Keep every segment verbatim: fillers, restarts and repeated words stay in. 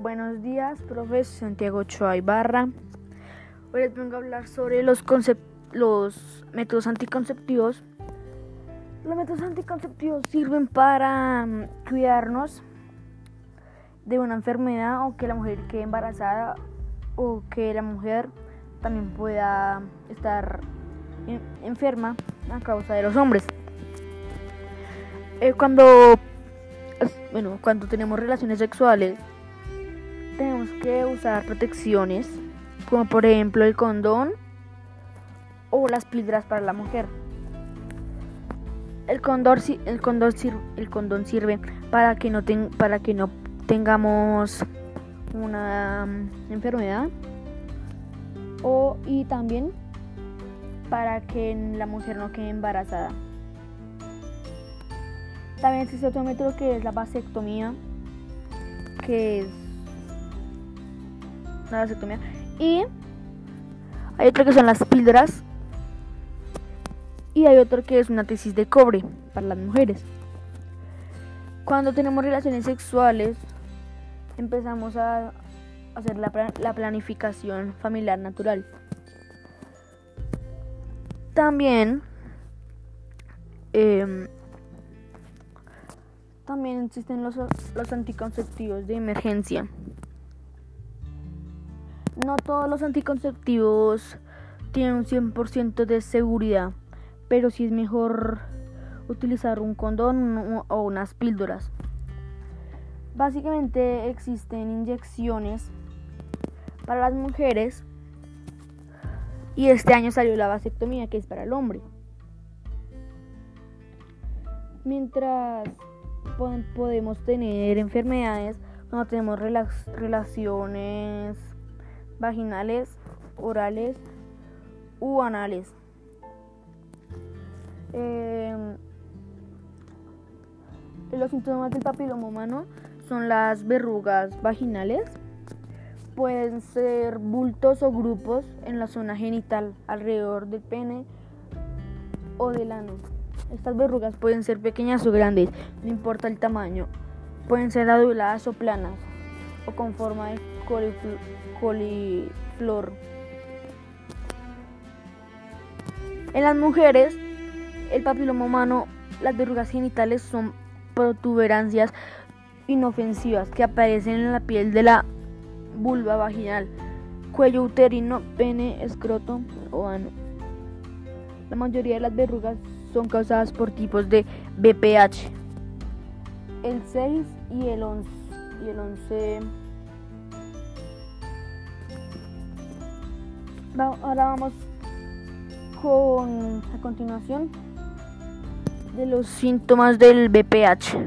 Buenos días, profe Santiago Ochoa Ibarra. Hoy les vengo a hablar sobre los, concep- los métodos anticonceptivos. Los métodos anticonceptivos sirven para um, cuidarnos de una enfermedad o que la mujer quede embarazada o que la mujer también pueda estar en- enferma a causa de los hombres. Eh, cuando, bueno, cuando tenemos relaciones sexuales, tenemos que usar protecciones, como por ejemplo el condón o las píldoras para la mujer. El condón, el condón, el condón sirve para que no ten, para que no tengamos una um, enfermedad o y también para que la mujer no quede embarazada. También existe otro método que es la vasectomía, que es la vasectomía, y hay otro que son las píldoras, y hay otro que es una tesis de cobre para las mujeres. Cuando tenemos relaciones sexuales, empezamos a hacer la, la planificación familiar natural. También eh, También existen los, los anticonceptivos de emergencia. No todos los anticonceptivos tienen un cien por ciento de seguridad, pero sí es mejor utilizar un condón o unas píldoras. Básicamente existen inyecciones para las mujeres y este año salió la vasectomía, que es para el hombre. Mientras podemos tener enfermedades cuando tenemos relax- relaciones vaginales, orales u anales. Eh, los síntomas del papiloma humano son las verrugas vaginales. Pueden ser bultos o grupos en la zona genital, alrededor del pene o del ano. Estas verrugas pueden ser pequeñas o grandes, no importa el tamaño. Pueden ser aduladas o planas, o con forma de colifl- coliflor. En las mujeres, el papiloma humano, las verrugas genitales son protuberancias inofensivas que aparecen en la piel de la vulva vaginal, cuello uterino, pene, escroto o ano. La mayoría de las verrugas son causadas por tipos de B P H. El seis y el once y el once. Ahora vamos con a continuación de los síntomas del B P H.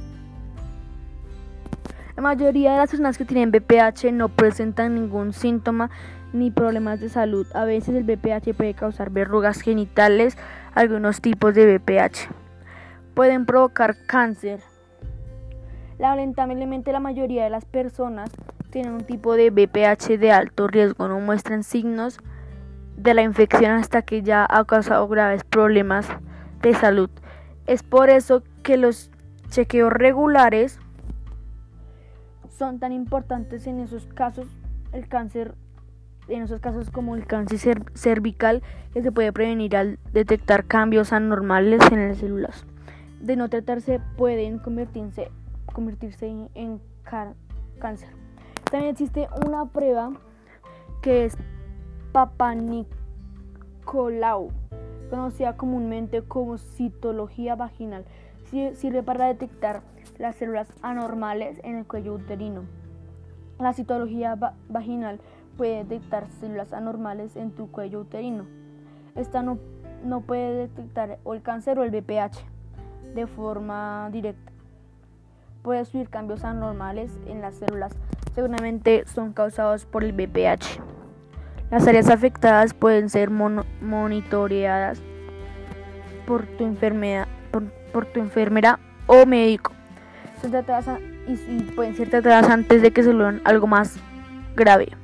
La mayoría de las personas que tienen B P H no presentan ningún síntoma ni problemas de salud. A veces el B P H puede causar verrugas genitales. Algunos tipos de B P H pueden provocar cáncer. Lamentablemente la mayoría de las personas tienen un tipo de B P H de alto riesgo, no muestran signos de la infección hasta que ya ha causado graves problemas de salud. Es por eso que los chequeos regulares son tan importantes en esos casos. El cáncer En esos casos como el cáncer cervical, que se puede prevenir al detectar cambios anormales en las células. De no tratarse, pueden convertirse, convertirse en, en car- cáncer. También existe una prueba que es Papa Nicolau, conocida comúnmente como citología vaginal. Sirve para detectar las células anormales en el cuello uterino. La citología va- vaginal puede detectar células anormales en tu cuello uterino. Esta no, no puede detectar o el cáncer o el B P H de forma directa. Puede subir cambios anormales en las células. Seguramente son causados por el B P H. Las áreas afectadas pueden ser mono, monitoreadas por tu enfermedad, por, por tu enfermera o médico. Son tratadas a, y, y pueden ser tratadas antes de que se vuelvan algo más grave.